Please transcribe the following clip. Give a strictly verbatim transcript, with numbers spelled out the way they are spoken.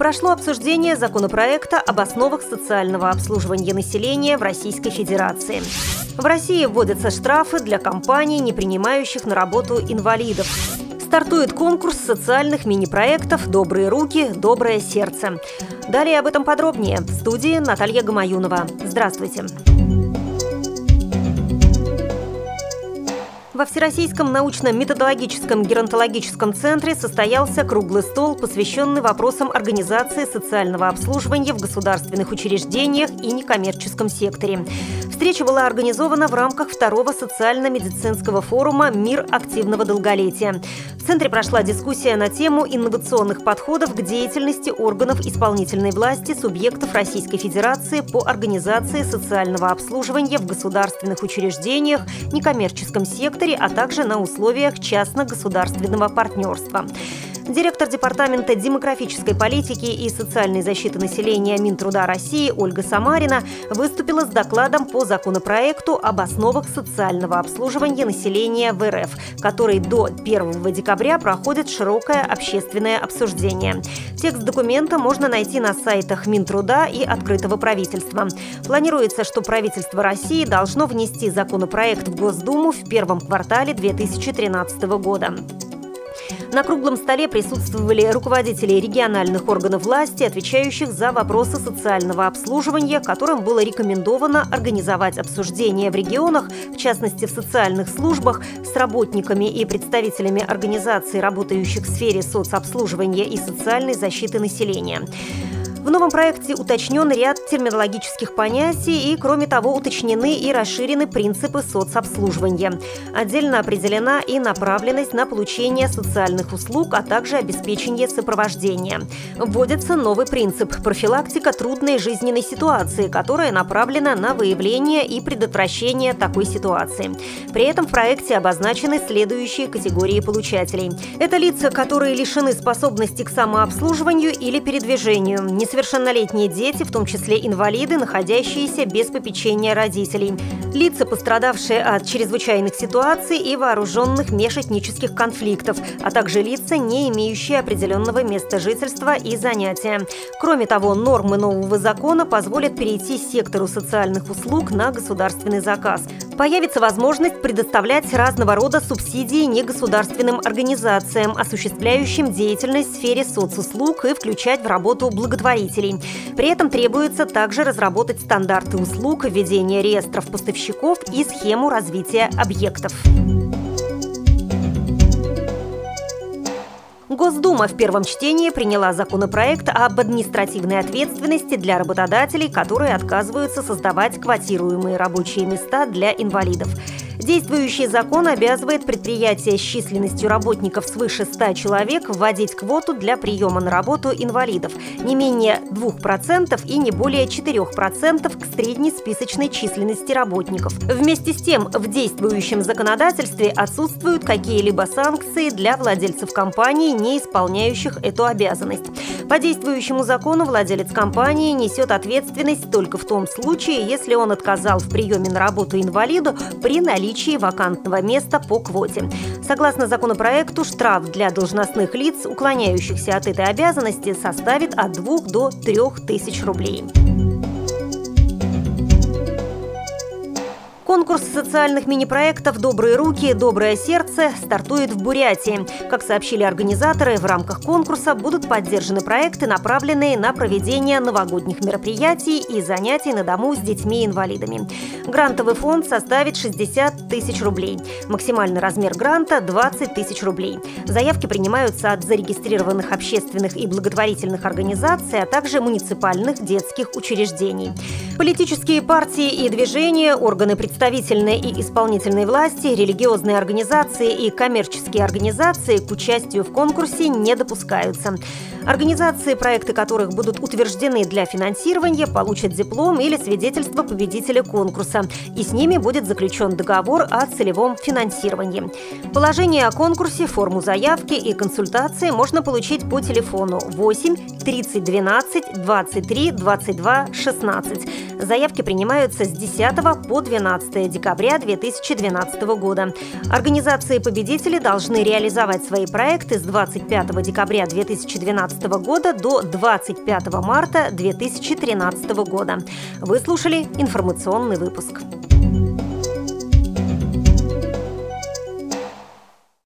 Прошло обсуждение законопроекта об основах социального обслуживания населения в Российской Федерации. В России вводятся штрафы для компаний, не принимающих на работу инвалидов. Стартует конкурс социальных мини-проектов «Добрые руки, доброе сердце». Далее об этом подробнее. В студии Наталья Гамаюнова. Здравствуйте. Во Всероссийском научно-методологическом геронтологическом центре состоялся круглый стол, посвященный вопросам организации социального обслуживания в государственных учреждениях и некоммерческом секторе. Встреча была организована в рамках второго социально-медицинского форума «Мир активного долголетия». В центре прошла дискуссия на тему инновационных подходов к деятельности органов исполнительной власти субъектов Российской Федерации по организации социального обслуживания в государственных учреждениях, некоммерческом секторе, а также на условиях частно-государственного партнерства. Директор Департамента демографической политики и социальной защиты населения Минтруда России Ольга Самарина выступила с докладом по законопроекту об основах социального обслуживания населения в эр эф, который до первого декабря проходит широкое общественное обсуждение. Текст документа можно найти на сайтах Минтруда и Открытого правительства. Планируется, что правительство России должно внести законопроект в Госдуму в первом квартале две тысячи тринадцатого года. На круглом столе присутствовали руководители региональных органов власти, отвечающих за вопросы социального обслуживания, которым было рекомендовано организовать обсуждение в регионах, в частности в социальных службах, с работниками и представителями организаций, работающих в сфере соцобслуживания и социальной защиты населения. В новом проекте уточнен ряд терминологических понятий и, кроме того, уточнены и расширены принципы соцобслуживания. Отдельно определена и направленность на получение социальных услуг, а также обеспечение сопровождения. Вводится новый принцип – профилактика трудной жизненной ситуации, которая направлена на выявление и предотвращение такой ситуации. При этом в проекте обозначены следующие категории получателей. Это лица, которые лишены способности к самообслуживанию или передвижению, несовершеннолетние дети, в том числе инвалиды, находящиеся без попечения родителей, лица, пострадавшие от чрезвычайных ситуаций и вооруженных межэтнических конфликтов, а также лица, не имеющие определенного места жительства и занятия. Кроме того, нормы нового закона позволят перейти сектору социальных услуг на государственный заказ. Появится возможность предоставлять разного рода субсидии негосударственным организациям, осуществляющим деятельность в сфере соцуслуг, и включать в работу благотворителей. При этом требуется также разработать стандарты услуг, введение реестров поставщиков и схему развития объектов. Госдума в первом чтении приняла законопроект об административной ответственности для работодателей, которые отказываются создавать квотируемые рабочие места для инвалидов. Действующий закон обязывает предприятия с численностью работников свыше ста человек вводить квоту для приема на работу инвалидов не менее двух процентов и не более четырёх процентов к средней списочной численности работников. Вместе с тем, в действующем законодательстве отсутствуют какие-либо санкции для владельцев компаний, не исполняющих эту обязанность. По действующему закону владелец компании несет ответственность только в том случае, если он отказал в приеме на работу инвалиду при наличии вакантного места по квоте. Согласно законопроекту, штраф для должностных лиц, уклоняющихся от этой обязанности, составит от двух до трех тысяч рублей. Конкурс социальных мини-проектов «Добрые руки, доброе сердце» стартует в Бурятии. Как сообщили организаторы, в рамках конкурса будут поддержаны проекты, направленные на проведение новогодних мероприятий и занятий на дому с детьми-инвалидами. Грантовый фонд составит шестьдесят тысяч рублей. Максимальный размер гранта – двадцать тысяч рублей. Заявки принимаются от зарегистрированных общественных и благотворительных организаций, а также муниципальных детских учреждений. Политические партии и движения, органы представительства представительной и исполнительной власти, религиозные организации и коммерческие организации к участию в конкурсе не допускаются. Организации, проекты которых будут утверждены для финансирования, получат диплом или свидетельство победителя конкурса, и с ними будет заключен договор о целевом финансировании. Положение о конкурсе, форму заявки и консультации можно получить по телефону восемь тридцать двенадцать двадцать три двадцать два шестнадцать. Заявки принимаются с десятого по двенадцатое семнадцатое декабря две тысячи двенадцатого года. Организации-победители должны реализовать свои проекты с двадцать пятого декабря две тысячи двенадцатого года до двадцать пятого марта две тысячи тринадцатого года. Вы слушали информационный выпуск.